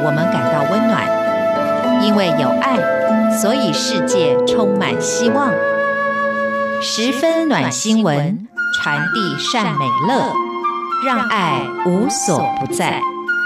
我们感到温暖，因为有爱，所以世界充满希望。十分暖新闻，传递善美乐，让爱无所不在。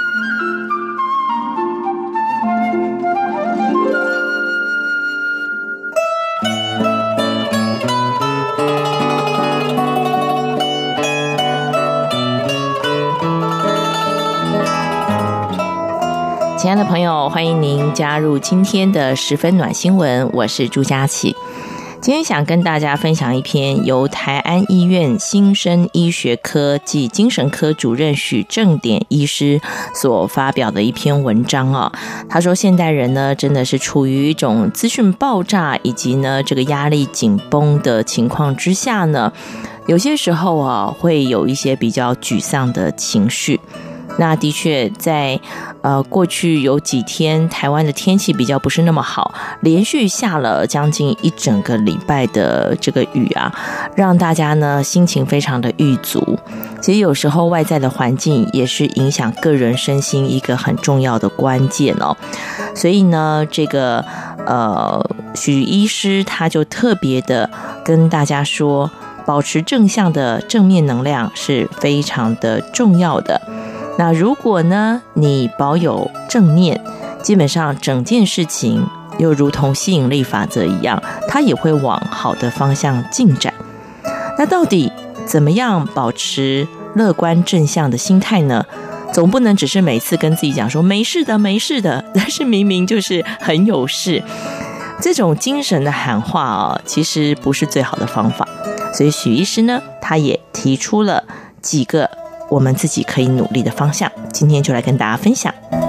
亲爱的朋友，欢迎您加入今天的十分暖新闻，我是朱佳琪。今天想跟大家分享一篇由台安医院新生医学科及精神科主任许正典医师所发表的一篇文章啊。他说现代人呢真的是处于一种资讯爆炸以及呢这个压力紧绷的情况之下呢，有些时候啊会有一些比较沮丧的情绪。那的确在过去有几天台湾的天气比较不是那么好，连续下了将近一整个礼拜的这个雨啊，让大家呢心情非常的郁足。其实有时候外在的环境也是影响个人身心一个很重要的关键哦。所以呢这个许医师他就特别的跟大家说，保持正向的正面能量是非常的重要的。那如果呢你保有正念，基本上整件事情又如同吸引力法则一样，它也会往好的方向进展。那到底怎么样保持乐观正向的心态呢？总不能只是每次跟自己讲说没事的没事的，但是明明就是很有事。这种精神的喊话啊，其实不是最好的方法。所以许医师呢他也提出了几个我们自己可以努力的方向，今天就来跟大家分享。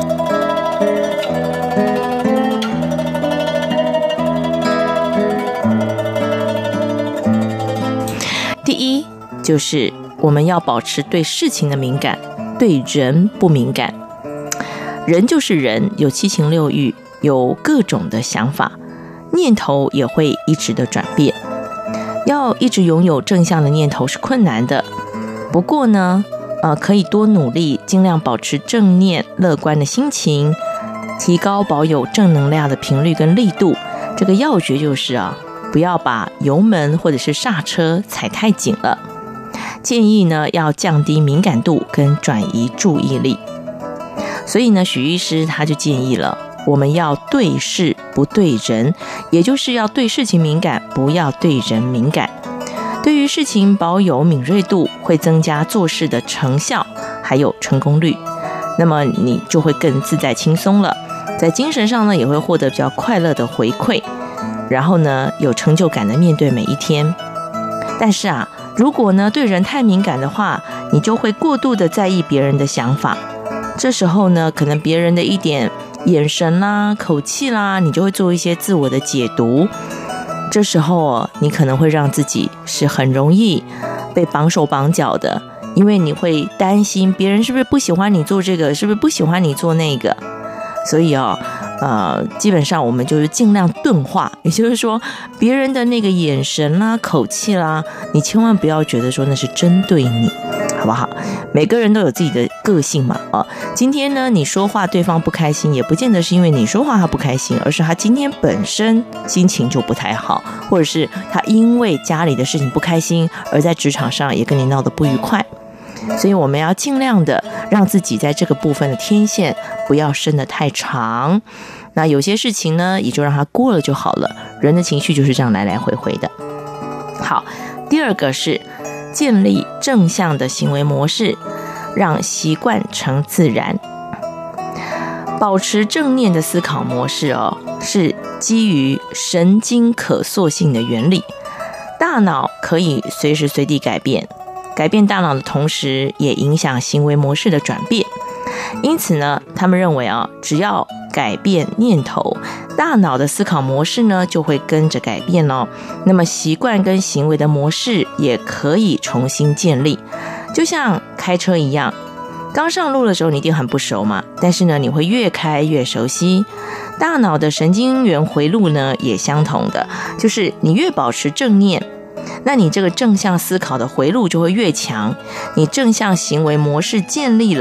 第一，就是我们要保持对事情的敏感，对人不敏感。人就是人，有七情六欲，有各种的想法，念头也会一直的转变。要一直拥有正向的念头是困难的，不过呢可以多努力，尽量保持正念乐观的心情，提高保有正能量的频率跟力度。这个要诀就是不要把油门或者是刹车踩太紧了。建议呢要降低敏感度跟转移注意力。所以呢许医师他就建议了，我们要对事不对人，也就是要对事情敏感，不要对人敏感。对于事情保有敏锐度，会增加做事的成效还有成功率，那么你就会更自在轻松了，在精神上呢也会获得比较快乐的回馈，然后呢有成就感的面对每一天。但是如果呢对人太敏感的话，你就会过度的在意别人的想法，这时候呢可能别人的一点眼神啦口气啦，你就会做一些自我的解读，这时候你可能会让自己是很容易被绑手绑脚的，因为你会担心别人是不是不喜欢你做这个，是不是不喜欢你做那个。所以基本上我们就是尽量钝化，也就是说别人的那个眼神啦口气啦，你千万不要觉得说那是针对你，好不好？每个人都有自己的个性嘛今天呢你说话对方不开心，也不见得是因为你说话他不开心，而是他今天本身心情就不太好，或者是他因为家里的事情不开心，而在职场上也跟你闹得不愉快。所以我们要尽量的让自己在这个部分的天线不要伸得太长，那有些事情呢也就让它过了就好了，人的情绪就是这样来来回回的。好，第二个是建立正向的行为模式，让习惯成自然。保持正念的思考模式是基于神经可塑性的原理，大脑可以随时随地改变大脑的同时也影响行为模式的转变。因此呢他们认为只要改变念头，大脑的思考模式呢就会跟着改变那么习惯跟行为的模式也可以重新建立。就像开车一样，刚上路的时候你一定很不熟嘛，但是呢你会越开越熟悉。大脑的神经元回路呢也相同的，就是你越保持正念，那你这个正向思考的回路就会越强，你正向行为模式建立了，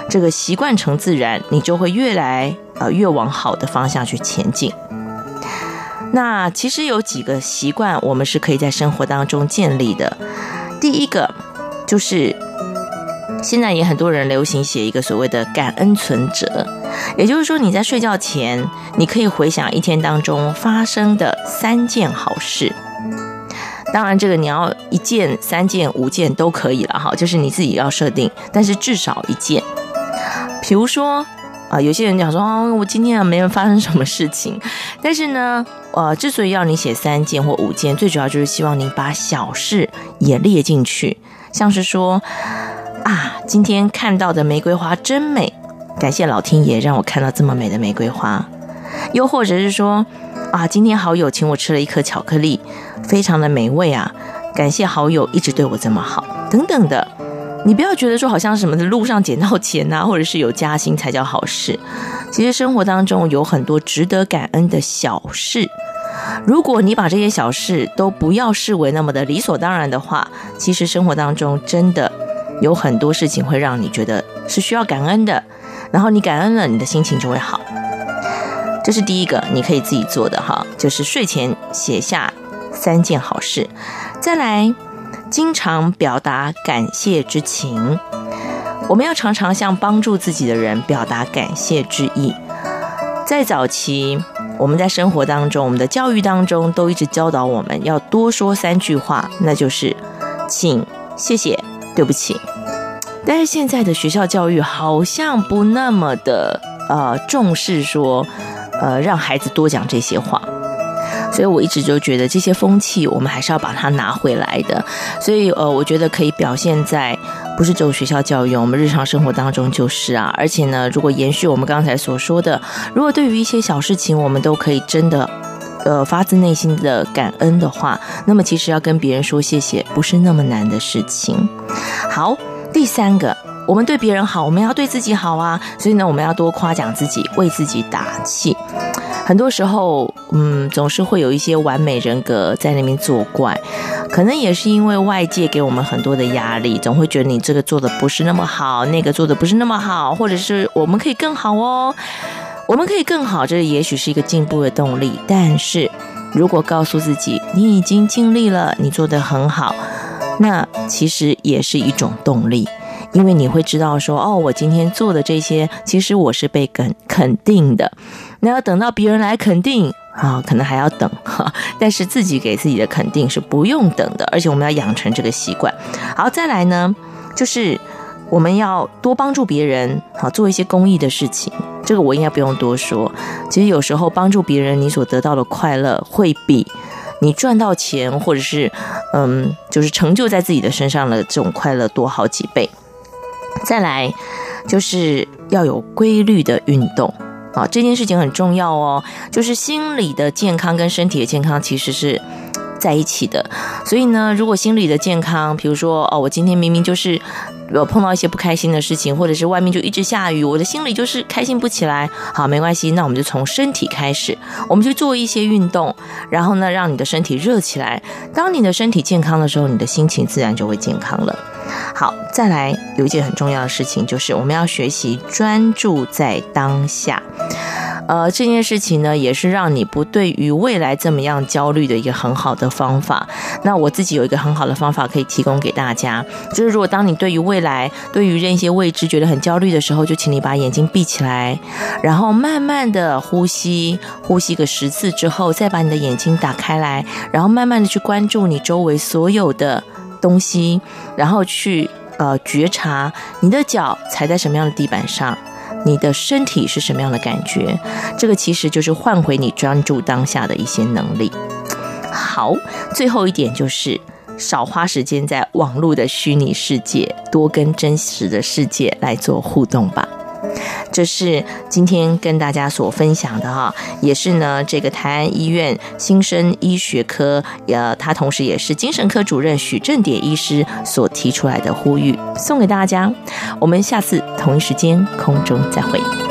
这个习惯成自然，你就会越往好的方向去前进。那其实有几个习惯我们是可以在生活当中建立的。第一个就是现在也很多人流行写一个所谓的感恩存折，也就是说你在睡觉前你可以回想一天当中发生的3件好事。当然这个你要1件、3件、5件都可以了哈，就是你自己要设定，但是至少1件。比如说有些人讲说我今天没有发生什么事情，但是呢之所以要你写3件或5件，最主要就是希望你把小事也列进去，像是说今天看到的玫瑰花真美，感谢老天爷让我看到这么美的玫瑰花。又或者是说今天好友请我吃了1颗巧克力，非常的美味啊，感谢好友一直对我这么好，等等的。你不要觉得说好像什么的路上捡到钱或者是有加薪才叫好事。其实生活当中有很多值得感恩的小事，如果你把这些小事都不要视为那么的理所当然的话，其实生活当中真的有很多事情会让你觉得是需要感恩的，然后你感恩了，你的心情就会好。这是第一个你可以自己做的就是睡前写下3件好事。再来，经常表达感谢之情，我们要常常向帮助自己的人表达感谢之意。在早期我们在生活当中，我们的教育当中都一直教导我们要多说3句话，那就是请、谢谢、对不起。但是现在的学校教育好像不那么的重视说让孩子多讲这些话，所以我一直就觉得这些风气我们还是要把它拿回来的。所以我觉得可以表现在不是只有学校教育，我们日常生活当中就是而且呢，如果延续我们刚才所说的，如果对于一些小事情我们都可以真的发自内心的感恩的话，那么其实要跟别人说谢谢不是那么难的事情。好，第3个，我们对别人好，我们要对自己好所以呢，我们要多夸奖自己，为自己打气。很多时候总是会有一些完美人格在那边作怪，可能也是因为外界给我们很多的压力，总会觉得你这个做的不是那么好，那个做的不是那么好，或者是我们可以更好我们可以更好，这也许是一个进步的动力。但是如果告诉自己你已经尽力了，你做得很好，那其实也是一种动力，因为你会知道说我今天做的这些其实我是被肯定的。那要等到别人来肯定可能还要等但是自己给自己的肯定是不用等的，而且我们要养成这个习惯。好，再来呢，就是我们要多帮助别人做一些公益的事情。这个我应该不用多说，其实有时候帮助别人，你所得到的快乐会比你赚到钱或者是就是成就在自己的身上的这种快乐多好几倍。再来就是要有规律的运动这件事情很重要就是心理的健康跟身体的健康其实是在一起的。所以呢，如果心理的健康，比如说我今天明明就是碰到一些不开心的事情，或者是外面就一直下雨，我的心里就是开心不起来，好，没关系，那我们就从身体开始，我们就做一些运动，然后呢让你的身体热起来。当你的身体健康的时候，你的心情自然就会健康了。好，再来有一件很重要的事情，就是我们要学习专注在当下。这件事情呢，也是让你不对于未来怎么样焦虑的一个很好的方法。那我自己有一个很好的方法可以提供给大家，就是如果当你对于未来，对于一些未知觉得很焦虑的时候，就请你把眼睛闭起来，然后慢慢的呼吸个10次之后，再把你的眼睛打开来，然后慢慢的去关注你周围所有的东西，然后去觉察你的脚踩在什么样的地板上，你的身体是什么样的感觉。这个其实就是换回你专注当下的一些能力。好，最后一点就是少花时间在网络的虚拟世界，多跟真实的世界来做互动吧。这是今天跟大家所分享的也是呢这个台安医院新生医学科他同时也是精神科主任许正典医师所提出来的呼吁，送给大家。我们下次同一时间空中再会。